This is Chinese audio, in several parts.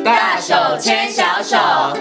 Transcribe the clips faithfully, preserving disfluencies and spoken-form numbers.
大手牵小手。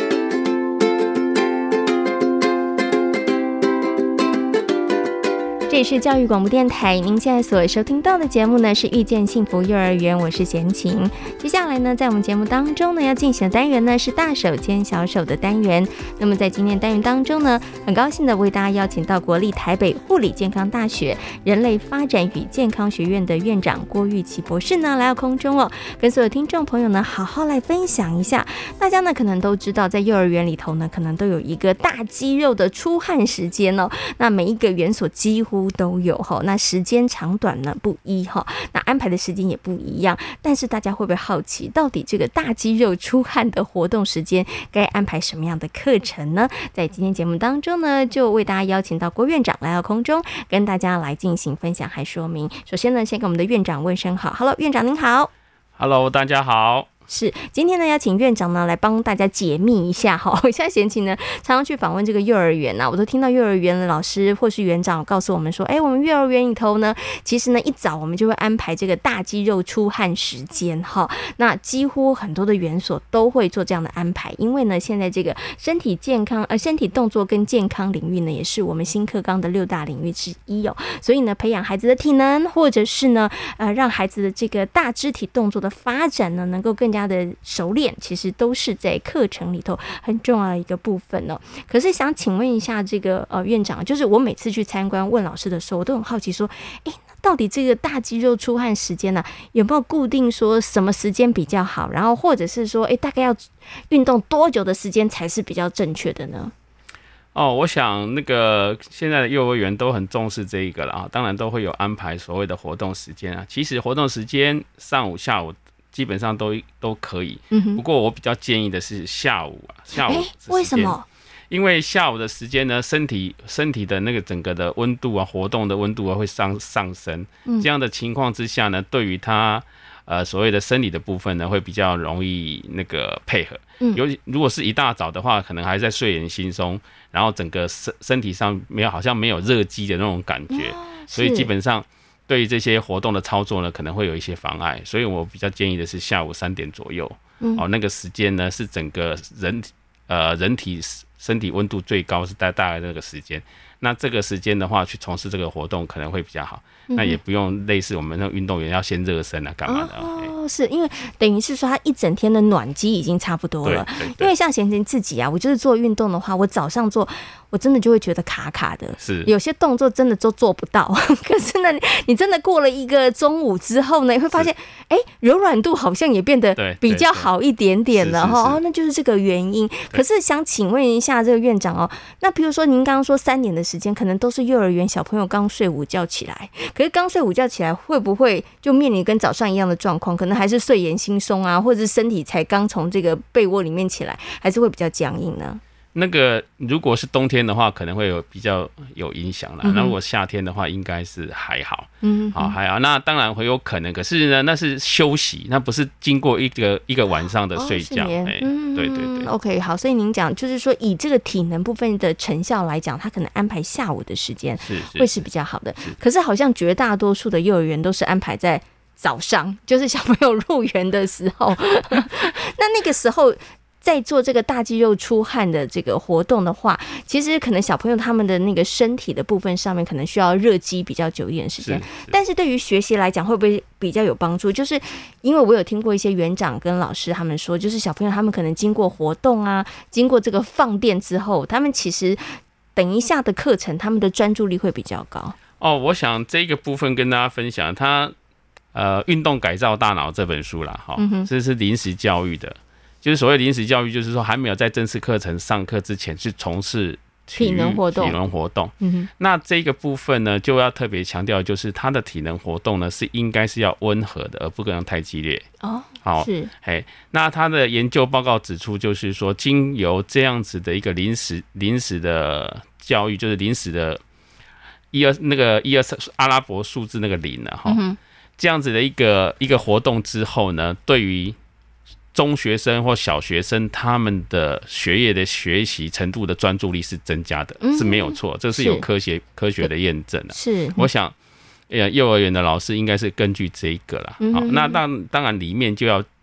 这里是教育广播电台，您现在所收听到的节目呢是遇见幸福幼儿园，我是贤琴。接下来呢，在我们节目当中呢，要进行的单元呢是大手牵小手的单元。那么在今天单元当中呢，很高兴的为大家邀请到国立台北护理健康大学人类发展与健康学院的院长郭玉琪博士呢来到空中哦，跟所有听众朋友呢好好来分享一下。大家呢可能都知道，在幼儿园里头呢，可能都有一个大肌肉的出汗时间哦。那每一个园所几乎都有哈，那时间长短呢不一哈，那安排的时间也不一样。但是大家会不会好奇，到底这个大肌肉出汗的活动时间该安排什么样的课程呢？在今天节目当中呢，就为大家邀请到郭院长来到空中，跟大家来进行分享还说明。首先呢，先跟我们的院长问声好 ，Hello， 院长您好。 Hello， 大家好。 是，今天呢要请院长呢来帮大家解密一下哈。我现在贤琴呢常常去访问这个幼儿园啊，我都听到幼儿园的老师或是园长告诉我们说，哎，我们幼儿园里头呢，其实呢一早我们就会安排这个大肌肉出汗时间哈。那几乎很多的园所都会做这样的安排，因为呢现在这个身体健康呃身体动作跟健康领域呢，也是我们新课纲的六大领域之一哦。所以呢，培养孩子的体能，或者是呢呃让孩子的这个大肢体动作的发展呢，能够更加的熟练，其实都是在课程里头很重要的一个部分哦。可是想请问一下这个呃院长，就是我每次去参观问老师的时候，我都很好奇说，哎，到底这个大肌肉出汗时间呢、啊，有没有固定说什么时间比较好？然后或者是说，哎，大概要运动多久的时间才是比较正确的呢？ 哦，我想那个现在的幼儿园都很重视这一个了啊，当然都会有安排所谓的活动时间啊。其实活动时间上午、下午基本上都都可以，不过我比较建议的是下午啊，下午为什么？ 因为下午的时间呢，身体身体的那个整个的温度啊，活动的温度啊会上上升，这样的情况之下呢，对于他呃所谓的生理的部分呢，会比较容易那个配合。尤其如果是一大早的话，可能还在睡眼惺忪，然后整个身身体上没有好像没有热机的那种感觉，哦、所以基本上。对于这些活动的操作呢，可能会有一些妨碍，所以我比较建议的是下午三点左右，嗯、哦，那个时间呢是整个人呃人体身体温度最高是在大概那个时间，那这个时间的话去从事这个活动可能会比较好，嗯、那也不用类似我们那运动员要先热身啊干嘛的。 哦，是因为等于是说他一整天的暖机已经差不多了， 对对对， 因为像贤琴自己啊，我就是做运动的话，我早上做。我真的就会觉得卡卡的， 是有些动作真的都做不到。可是呢，你真的过了一个中午之后呢，你会发现，哎，柔软度好像也变得比较好一点点了哈。哦，那就是这个原因。可是想请问一下这个院长哦，那比如说您刚刚说三点的时间，可能都是幼儿园小朋友刚睡午觉起来，可是刚睡午觉起来会不会就面临跟早上一样的状况？可能还是睡眼惺忪啊，或者是身体才刚从这个被窝里面起来，还是会比较僵硬呢？ 那个如果是冬天的话，可能会有比较有影响啦。那、嗯、如果夏天的话，应该是还好，嗯，好还好。那当然会有可能，可是呢，那是休息，那不是经过一个一个晚上的睡觉。哦欸、嗯，对对对。 OK， 好，所以您讲就是说，以这个体能部分的成效来讲，他可能安排下午的时间会是比较好的。是是是，可是好像绝大多数的幼儿园都是安排在早上，就是小朋友入园的时候。那那个时候。在做这个大肌肉出汗的这个活动的话，其实可能小朋友他们的那个身体的部分上面可能需要热机比较久一点时间，但是对于学习来讲会不会比较有帮助？就是因为我有听过一些园长跟老师他们说，就是小朋友他们可能经过活动啊，经过这个放电之后，他们其实等一下的课程他们的专注力会比较高。 哦，我想这个部分跟大家分享，他呃《运动改造大脑》这本书啦，哈、嗯，这是临时教育的。就是所谓临时教育，就是说还没有在正式课程上课之前去从事体能活动。体能活动，嗯、那这个部分呢，就要特别强调，就是他的体能活动呢是应该是要温和的，而不可能太激烈。 哦， 好，是，嘿，那他的研究报告指出，就是说，经由这样子的一个临时临时的教育，就是临时的一二那个一二阿拉伯数字那个零啊，哈、嗯，这样子的一个一个活动之后呢，对于中学生或小学生他们的学业的学习程度的专注力是增加的，嗯、是没有错，这是有科学科学的验证的。 是， 我想，呃，幼儿园的老师应该是根据这一个啦。嗯、好，那当当然里面就要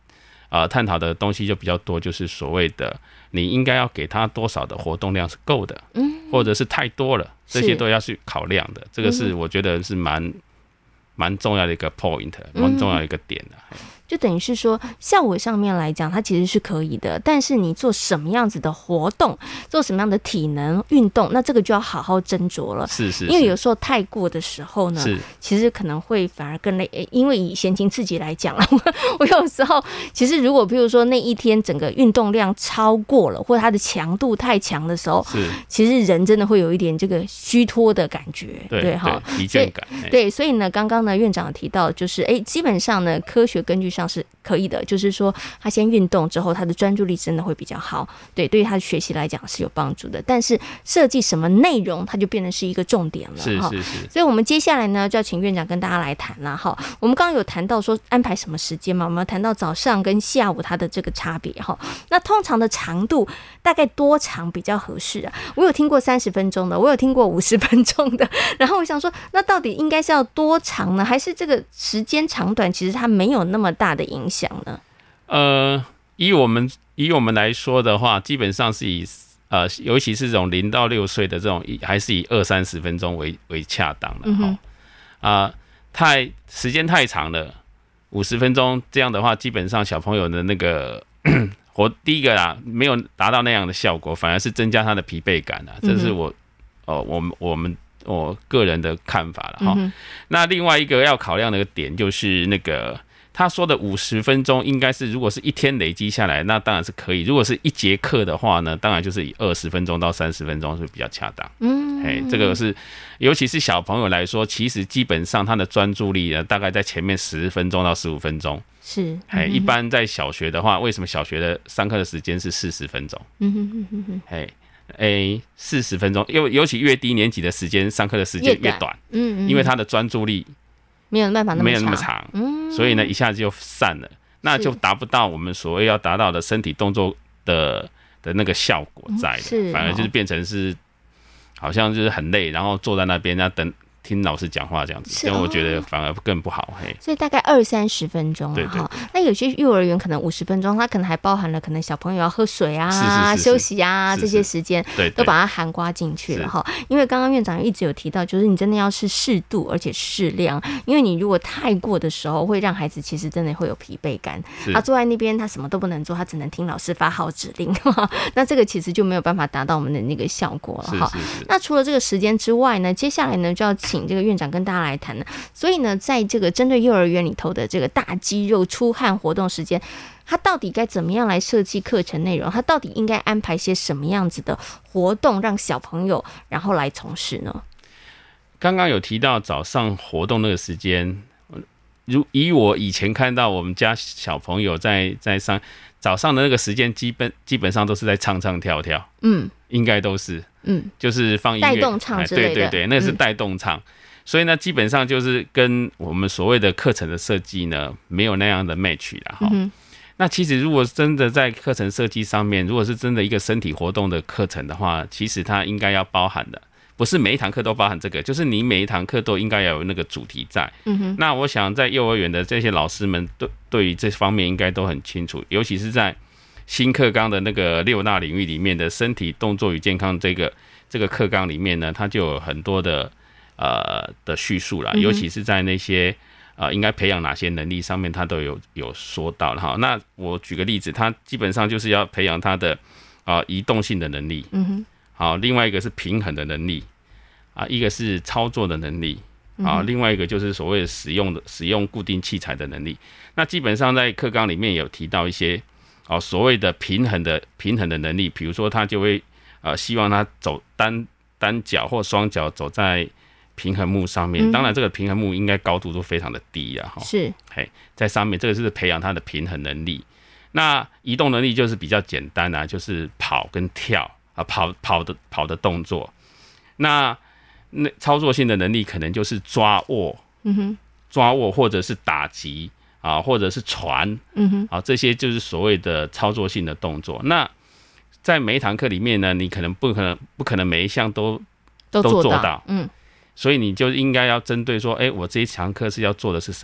呃探讨的东西就比较多，就是所谓的你应该要给他多少的活动量是够的，嗯，或者是太多了，这些都要去考量的。这个是我觉得是蛮蛮重要的一个 point， 蛮重要的一个点的。嗯， 就等于是说效果上面来讲它其实是可以的，但是你做什么样子的活动，做什么样的体能运动，那这个就要好好斟酌了。 是 是, 是， 因为有时候太过的时候呢，其实可能会反而更累。因为以闲情自己来讲，我有时候其实如果比如说那一天整个运动量超过了，或者它的强度太强的时候，其实人真的会有一点这个虚脱的感觉， 对哈，疲倦感。 对，所以呢，刚刚呢院长提到就是，哎，基本上呢科学根据上是可以的，就是说他先运动之后，他的专注力真的会比较好，对，对于他的学习来讲是有帮助的。但是设计什么内容，它就变成是一个重点了， 是是是。 所以我们接下来呢，就要请院长跟大家来谈了哈。我们刚刚有谈到说安排什么时间嘛，我们谈到早上跟下午它的这个差别哈。那通常的长度大概多长比较合适啊？我有听过三十分钟的，我有听过五十分钟的，然后我想说，那到底应该是要多长呢？还是这个时间长短其实它没有那么大的影响呢？ 呃，以我们以我们来说的话，基本上是以呃，尤其是这种零到六岁的这种，还是以二三十分钟为为恰当的哈。啊、呃，太时间太长了，五十分钟这样的话，基本上小朋友的那个活第一个啦，没有达到那样的效果，反而是增加他的疲惫感啊。这是我哦，我们我们我个人的看法了哈、嗯。那另外一个要考量的一个点就是那个。他说的五十分钟应该是，如果是一天累积下来，那当然是可以。如果是一节课的话呢，当然就是以二十分钟到三十分钟是比较恰当。嗯，哎，这个是，尤其是小朋友来说，其实基本上他的专注力呢，大概在前面十分钟到十五分钟。 是， 哎、嗯，一般在小学的话，为什么小学的上课的时间是四十分钟？嗯哼哼哼哼，哎。哎，四十分钟，尤尤其越低年级的时间，上课的时间越短，嗯嗯，因为他的专注力没有办法那么长， 没有那么长，嗯，所以呢，一下子就散了，那就达不到我们所谓要达到的身体动作的的那个效果在的，嗯、反而就是变成是好像就是很累，然后坐在那边，要等。听老师讲话这样子，所以我觉得反而更不好。嘿， 所以大概二三十分钟了哈。那有些幼儿园可能五十分钟，它可能还包含了可能小朋友要喝水啊、 是是是是休息啊这些时间，都把它含括进去了哈。因为刚刚院长一直有提到，就是你真的要是适度而且适量，因为你如果太过的时候，会让孩子其实真的会有疲惫感。他坐在那边，他什么都不能做，他只能听老师发号指令。那这个其实就没有办法达到我们的那个效果了哈。那除了这个时间之外呢，接下来呢就要请这个院长跟大家来谈呢。所以呢，在这个针对幼儿园里头的这个大肌肉出汗活动时间，它到底该怎么样来设计课程内容？它到底应该安排些什么样子的活动，让小朋友然后来从事呢？ 刚刚有提到早上活动那个时间，如以我以前看到我们家小朋友在在上早上的那个时间，基本基本上都是在唱唱跳跳，嗯，应该都是。嗯，就是放音乐， 带动唱之类的， 对对对，那个是带动唱、嗯，所以呢，基本上就是跟我们所谓的课程的设计呢，没有那样的 match 啦哈、嗯。那其实如果真的在课程设计上面，如果是真的一个身体活动的课程的话，其实它应该要包含的，不是每一堂课都包含这个，就是你每一堂课都应该要有那个主题在。嗯哼。那我想在幼儿园的这些老师们对对于这方面应该都很清楚，尤其是在新课纲的那个六大领域里面的身体动作与健康这个这个课纲里面呢，它就有很多的呃的叙述啦，尤其是在那些呃应该培养哪些能力上面，它都有有说到了哈。那我举个例子，它基本上就是要培养它的啊、呃、移动性的能力，嗯哼，好，另外一个是平衡的能力啊，一个是操作的能力啊，另外一个就是所谓的使用的使用固定器材的能力。那基本上在课纲里面有提到一些。哦，所谓的平衡的平衡的能力，比如说他就会呃希望他走单单脚或双脚走在平衡木上面，嗯、当然这个平衡木应该高度都非常的低啊， 是， 嘿，在上面这个是培养他的平衡能力。那移动能力就是比较简单啊，就是跑跟跳啊，跑跑的跑的动作。那那操作性的能力可能就是抓握，嗯哼，抓握或者是打击。啊，或者是传，嗯哼，啊，这些就是所谓的操作性的动作。那在每一堂课里面呢，你可能不可能不可能每一项都都 做, 都做到， 嗯， 所以你就应该要针对说，哎、欸，我这一堂课是要做的是什么？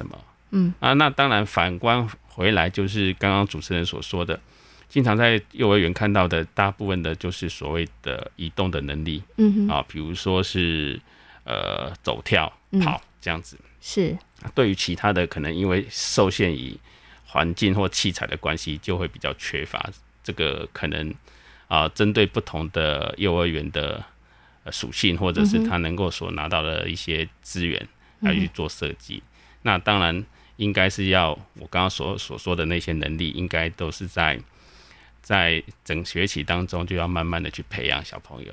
嗯啊，那当然反观回来就是刚刚主持人所说的，经常在幼儿园看到的大部分的就是所谓的移动的能力， 嗯哼啊，比如说是呃走跳、跑这样子。 是。 对于其他的可能因为受限于环境或器材的关系，就会比较缺乏。这个可能啊，针对不同的幼儿园的属性，或者是他能够所拿到的一些资源来去做设计。嗯、那当然应该是要我刚刚所所说的那些能力，应该都是在在整学期当中就要慢慢的去培养小朋友。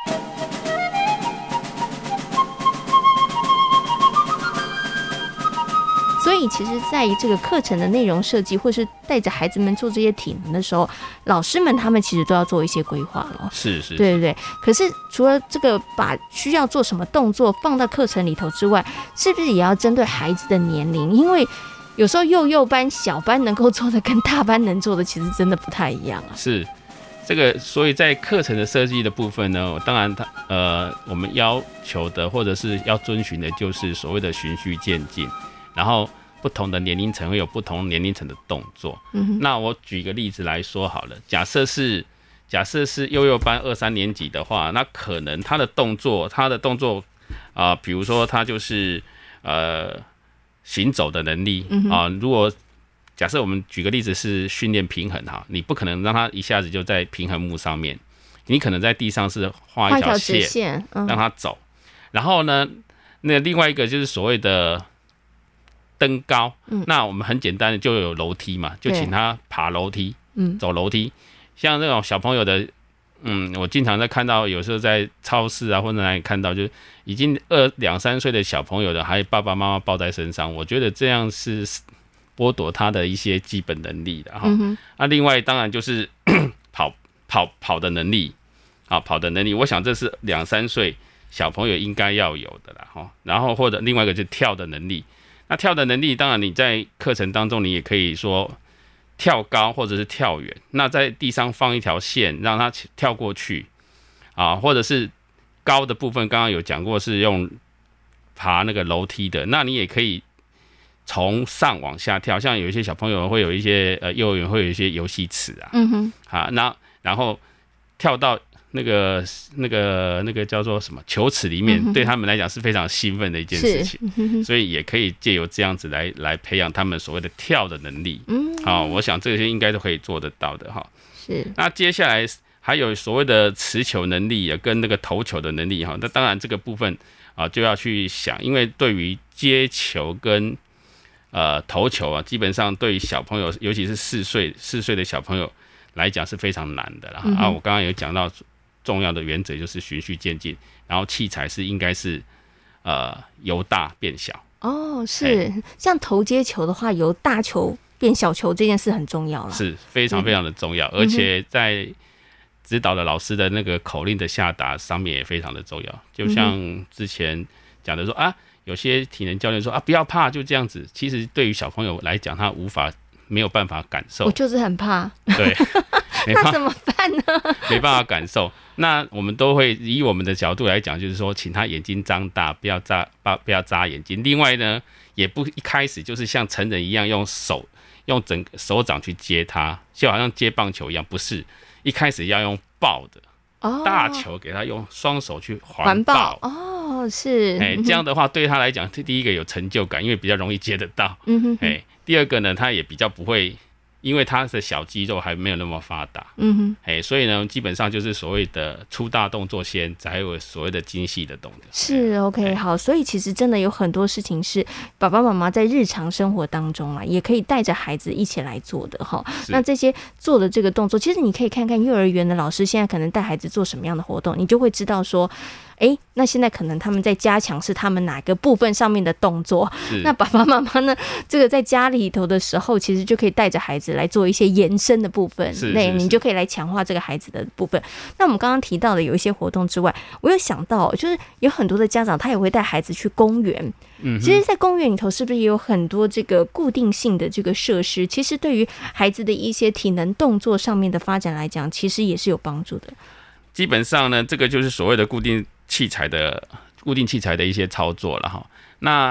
所以其实在于这个课程的内容设计，或是带着孩子们做这些体能的时候，老师们他们其实都要做一些规划了。 是是， 对对对。可是除了这个把需要做什么动作放到课程里头之外，是不是也要针对孩子的年龄？因为有时候幼幼班、小班能够做的跟大班能做的其实真的不太一样啊。 是这个，所以在课程的设计的部分呢，当然它呃我们要求的或者是要遵循的就是所谓的循序渐进。然后不同的年龄层会有不同年龄层的动作。嗯、那我举个例子来说好了，假设是假设是幼幼班二三年级的话，那可能他的动作，他的动作啊、呃，比如说他就是呃行走的能力啊、呃。如果假设我们举个例子是训练平衡哈，你不可能让他一下子就在平衡木上面，你可能在地上是画一条线， 线嗯、 让他走。然后呢，那另外一个就是所谓的登高，嗯、那我们很简单的就有楼梯嘛，就请他爬楼梯，嗯、走楼梯。像那种小朋友的，嗯，我经常在看到，有时候在超市啊或者哪里看到，就已经二两三岁的小朋友的，还有爸爸妈妈抱在身上，我觉得这样是剥夺他的一些基本能力的哈。嗯、那另外当然就是跑跑跑的能力，啊，跑的能力，我想这是两三岁小朋友应该要有的啦哈。然后或者另外一个就是跳的能力。那跳的能力，当然你在课程当中，你也可以说跳高或者是跳远。那在地上放一条线，让他跳过去啊，或者是高的部分，刚刚有讲过是用爬那个楼梯的。那你也可以从上往下跳，像有一些小朋友会有一些呃幼儿园会有一些游戏池啊，嗯哼，啊，那然后跳到那个那个那个叫做什么球池里面，嗯、对他们来讲是非常兴奋的一件事情，嗯、所以也可以借由这样子来来培养他们所谓的跳的能力。嗯，好、哦，我想这些应该都可以做得到的哈。是。那接下来还有所谓的持球能力啊，跟那个投球的能力哈。那当然这个部分啊就要去想，因为对于接球跟呃投球啊，基本上对于小朋友，尤其是四岁四岁的小朋友来讲是非常难的啦。嗯、啊，我刚刚有讲到。重要的原则就是循序渐进，然后器材是应该是呃由大变小。 哦，是像投接球的话，由大球变小球这件事很重要了， 是非常非常的重要，嗯、而且在指导的老师的那个口令的下达上面也非常的重要。就像之前讲的说啊，有些体能教练说啊不要怕，就这样子。其实对于小朋友来讲，他无法没有办法感受。 我就是很怕。 对。 那怎么办呢？ 没办法感受。那我们都会以我们的角度来讲，就是说，请他眼睛张大，不要眨，不要眨眼睛。另外呢，也不一开始就是像成人一样用手、用整个手掌去接他，就好像接棒球一样，不是。一开始要用抱的，哦、大球给他用双手去环抱。 哦，是。 哎、欸，这样的话对他来讲，第一个有成就感，因为比较容易接得到。嗯哼。哎、欸，第二个呢，他也比较不会。因为他的小肌肉还没有那么发达，嗯哼，哎，所以呢，基本上就是所谓的粗大动作先，才有所谓的精细的动作。 是 OK， 好，所以其实真的有很多事情是爸爸妈妈在日常生活当中啊，也可以带着孩子一起来做的哈。那这些做的这个动作，其实你可以看看幼儿园的老师现在可能带孩子做什么样的活动，你就会知道说。哎，那现在可能他们在加强是他们哪个部分上面的动作？那爸爸妈妈呢？这个在家里头的时候，其实就可以带着孩子来做一些延伸的部分，那你就可以来强化这个孩子的部分。那我们刚刚提到的有一些活动之外，我有想到，就是有很多的家长他也会带孩子去公园。嗯，其实，在公园里头是不是也有很多这个固定性的这个设施？其实对于孩子的一些体能动作上面的发展来讲，其实也是有帮助的。 基本上呢，这个就是所谓的固定器材的固定器材的一些操作了哈。那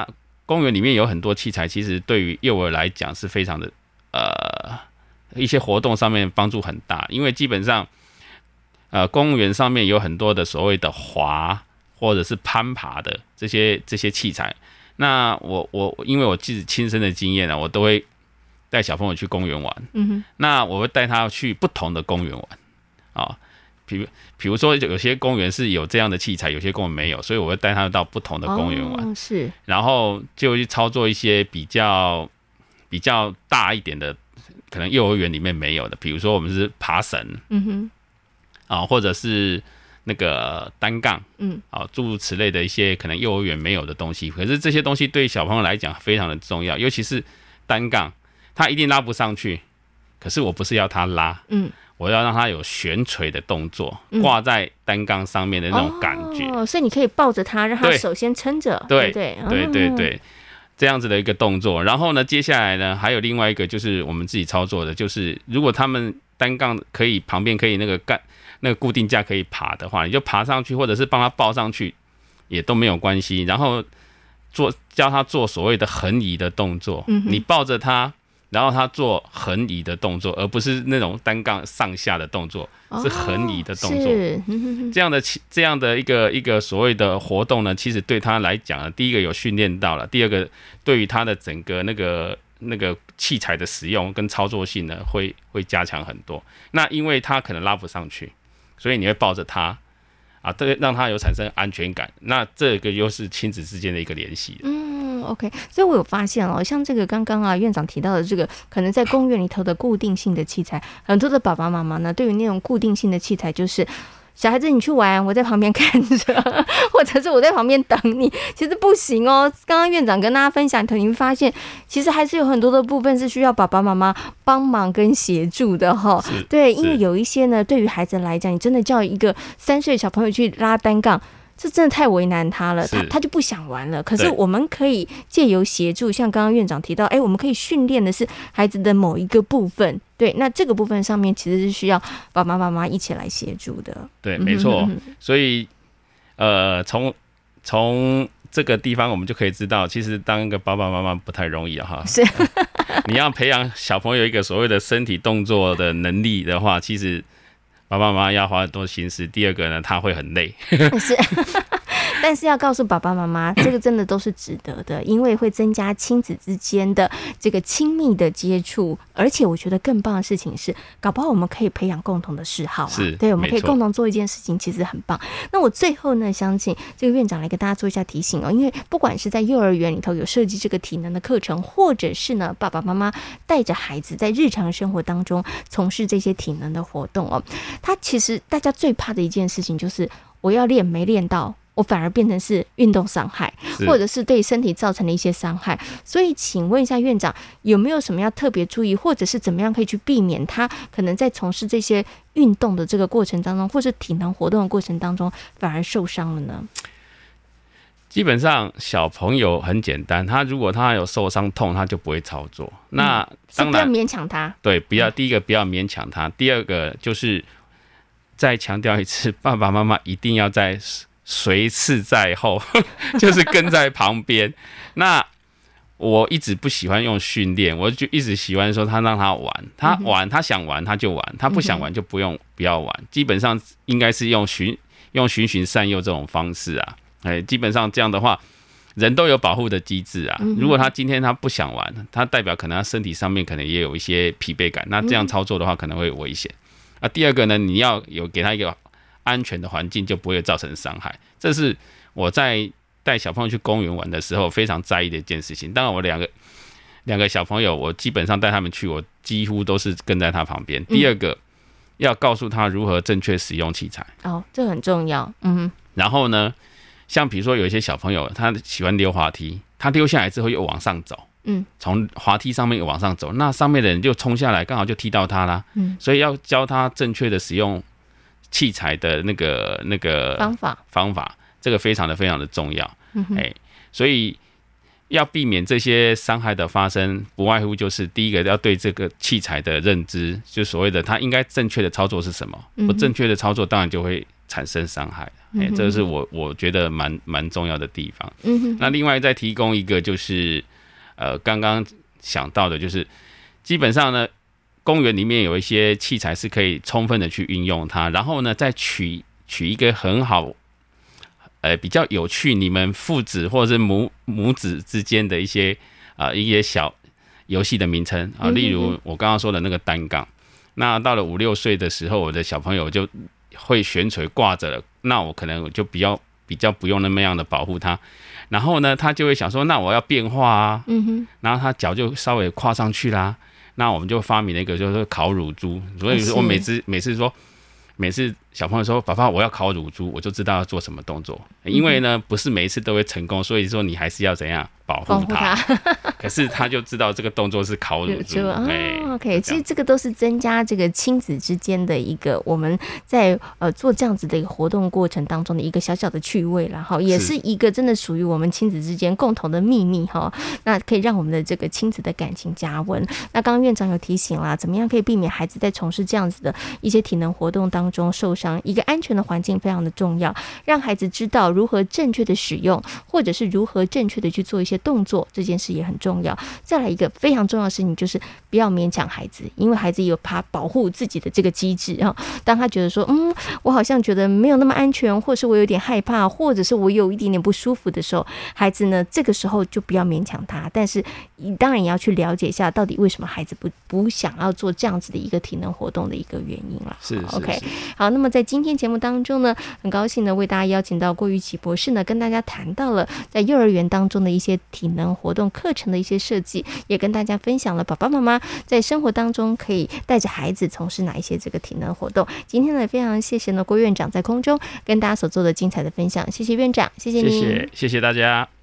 公园里面有很多器材，其实对于幼儿来讲是非常的呃一些活动上面帮助很大，因为基本上呃公园上面有很多的所谓的滑或者是攀爬的这些这些器材。那我我因为我自己亲身的经验啊，我都会带小朋友去公园玩。嗯哼，那我会带他去不同的公园玩啊。比如，比如说有些公园是有这样的器材，有些公园没有，所以我会带他们到不同的公园玩。 哦，是。然后就去操作一些比较比较大一点的，可能幼儿园里面没有的，比如说我们是爬绳，嗯哼，啊，或者是那个单杠，嗯，啊，诸如此类的一些可能幼儿园没有的东西。可是这些东西对小朋友来讲非常的重要，尤其是单杠，他一定拉不上去，可是我不是要他拉，嗯。我要让他有悬垂的动作，挂在单杠上面的那种感觉。 哦，所以你可以抱着他，让他手先撑着，对对对对对，这样子的一个动作。然后呢，接下来呢，还有另外一个就是我们自己操作的，就是如果他们单杠可以旁边可以那个干那个固定架可以爬的话，你就爬上去，或者是帮他抱上去，也都没有关系。然后做教他做所谓的横移的动作，嗯、你抱着他。然后他做横移的动作，而不是那种单杠上下的动作，哦、是横移的动作。这样的这样的一个一个所谓的活动呢，其实对他来讲呢，第一个有训练到了，第二个对于他的整个那个那个器材的使用跟操作性呢，会会加强很多。那因为他可能拉不上去，所以你会抱着他啊，这让他有产生安全感。那这个又是亲子之间的一个联系。 嗯。OK， 所以我有发现哦，像这个刚刚啊院长提到的这个，可能在公园里头的固定性的器材，很多的爸爸妈妈呢，对于那种固定性的器材，就是小孩子你去玩，我在旁边看着，或者是我在旁边等你，其实不行哦。刚刚院长跟大家分享，你会发现，其实还是有很多的部分是需要爸爸妈妈帮忙跟协助的哈。对，因为有一些呢，对于孩子来讲，你真的叫一个三岁小朋友去拉单杠。这真的太为难他了，他他就不想玩了。可是我们可以借由协助，像刚刚院长提到，哎，我们可以训练的是孩子的某一个部分。对，那这个部分上面其实是需要爸爸妈妈一起来协助的。 对，没错。嗯、所以，呃，从从这个地方我们就可以知道，其实当一个爸爸妈妈不太容易啊，哈。 是。 你要培养小朋友一个所谓的身体动作的能力的话，其实。爸爸妈妈要花很多心思，第二个呢，他会很累。 是，但是要告诉爸爸妈妈，这个真的都是值得的，因为会增加亲子之间的这个亲密的接触，而且我觉得更棒的事情是，搞不好我们可以培养共同的嗜好、啊， 是， 对，我们可以共同做一件事情，其实很棒。那我最后呢，想请这个院长来跟大家做一下提醒哦，因为不管是在幼儿园里头有设计这个体能的课程，或者是呢爸爸妈妈带着孩子在日常生活当中从事这些体能的活动哦。他其实大家最怕的一件事情就是我要练没练到，我反而变成是运动伤害，或者是对身体造成的一些伤害。所以请问一下院长，有没有什么要特别注意，或者是怎么样可以去避免他可能在从事这些运动的这个过程当中，或是体能活动的过程当中反而受伤了呢？ 基本上小朋友很简单，他如果他有受伤痛，他就不会操作。那当然不要勉强他， 对，不要第一个不要勉强他，第二个就是再强调一次，爸爸妈妈一定要在随侍在后，就是跟在旁边。那我一直不喜欢用训练，我就一直喜欢说他让他玩，他玩，他想玩他就玩，他不想玩就不用不要玩。基本上应该是用循用循循善诱这种方式啊。哎，基本上这样的话，人都有保护的机制啊。如果他今天他不想玩，他代表可能他身体上面可能也有一些疲惫感，那这样操作的话可能会危险。啊，第二个呢，你要有给他一个安全的环境，就不会造成伤害。这是我在带小朋友去公园玩的时候非常在意的一件事情。当然，我两个两个小朋友，我基本上带他们去，我几乎都是跟在他旁边。第二个，要告诉他如何正确使用器材。 哦，这很重要。嗯哼。 然后呢？像比如说有一些小朋友他喜欢溜滑梯，他溜下来之后又往上走，嗯，从滑梯上面又往上走，那上面的人就冲下来，刚好就踢到他啦，嗯，所以要教他正确的使用器材的那个那个方法方法，这个非常的非常的重要，嗯，哎，所以要避免这些伤害的发生，不外乎就是第一个要对这个器材的认知，就所谓的它应该正确的操作是什么，不正确的操作当然就会产生伤害。哎、欸，这是我我觉得蛮蛮重要的地方。嗯，那另外再提供一个就是呃刚刚想到的，就是基本上呢，公园里面有一些器材是可以充分的去运用它，然后呢再取取一个很好。呃，比较有趣，你们父子或者是母母子之间的一些啊、呃、一些小游戏的名称啊，例如我刚刚说的那个单杠。那到了五六岁的时候，我的小朋友就会悬垂挂着了，那我可能就比较比较不用那么样的保护他，然后呢，他就会想说，那我要变化啊，嗯哼，然后他脚就稍微跨上去啦，那我们就发明了一个就是烤乳猪，所以我每次每次说。每次小朋友说爸爸我要烤乳猪，我就知道要做什么动作，因为呢不是每一次都会成功，所以说你还是要怎样保护他。可是他就知道这个动作是烤乳猪。哦、 OK， 其实这个都是增加这个亲子之间的一个我们在呃做这样子的一个活动过程当中的一个小小的趣味啦，哈，也是一个真的属于我们亲子之间共同的秘密哈。那可以让我们的这个亲子的感情加温。那刚刚院长有提醒啦，怎么样可以避免孩子在从事这样子的一些体能活动当中受伤？一个安全的环境非常的重要，让孩子知道如何正确的使用，或者是如何正确的去做一些动作，这件事也很重要。再来一个非常重要的事情，就是不要勉强孩子，因为孩子有他保护自己的这个机制哈。当他觉得说，嗯，我好像觉得没有那么安全，或是我有点害怕，或者是我有一点点不舒服的时候，孩子呢，这个时候就不要勉强他。但是当然也要去了解一下，到底为什么孩子不不想要做这样子的一个体能活动的一个原因了。 是 ，OK。好，那么在今天节目当中呢，很高兴呢为大家邀请到郭玉琪博士呢，跟大家谈到了在幼儿园当中的一些体能活动课程的一些设计，也跟大家分享了爸爸妈妈在生活当中可以带着孩子从事哪一些这个体能活动。今天呢，非常谢谢呢郭院长在空中跟大家所做的精彩的分享，谢谢院长，谢谢您， 谢谢谢谢大家。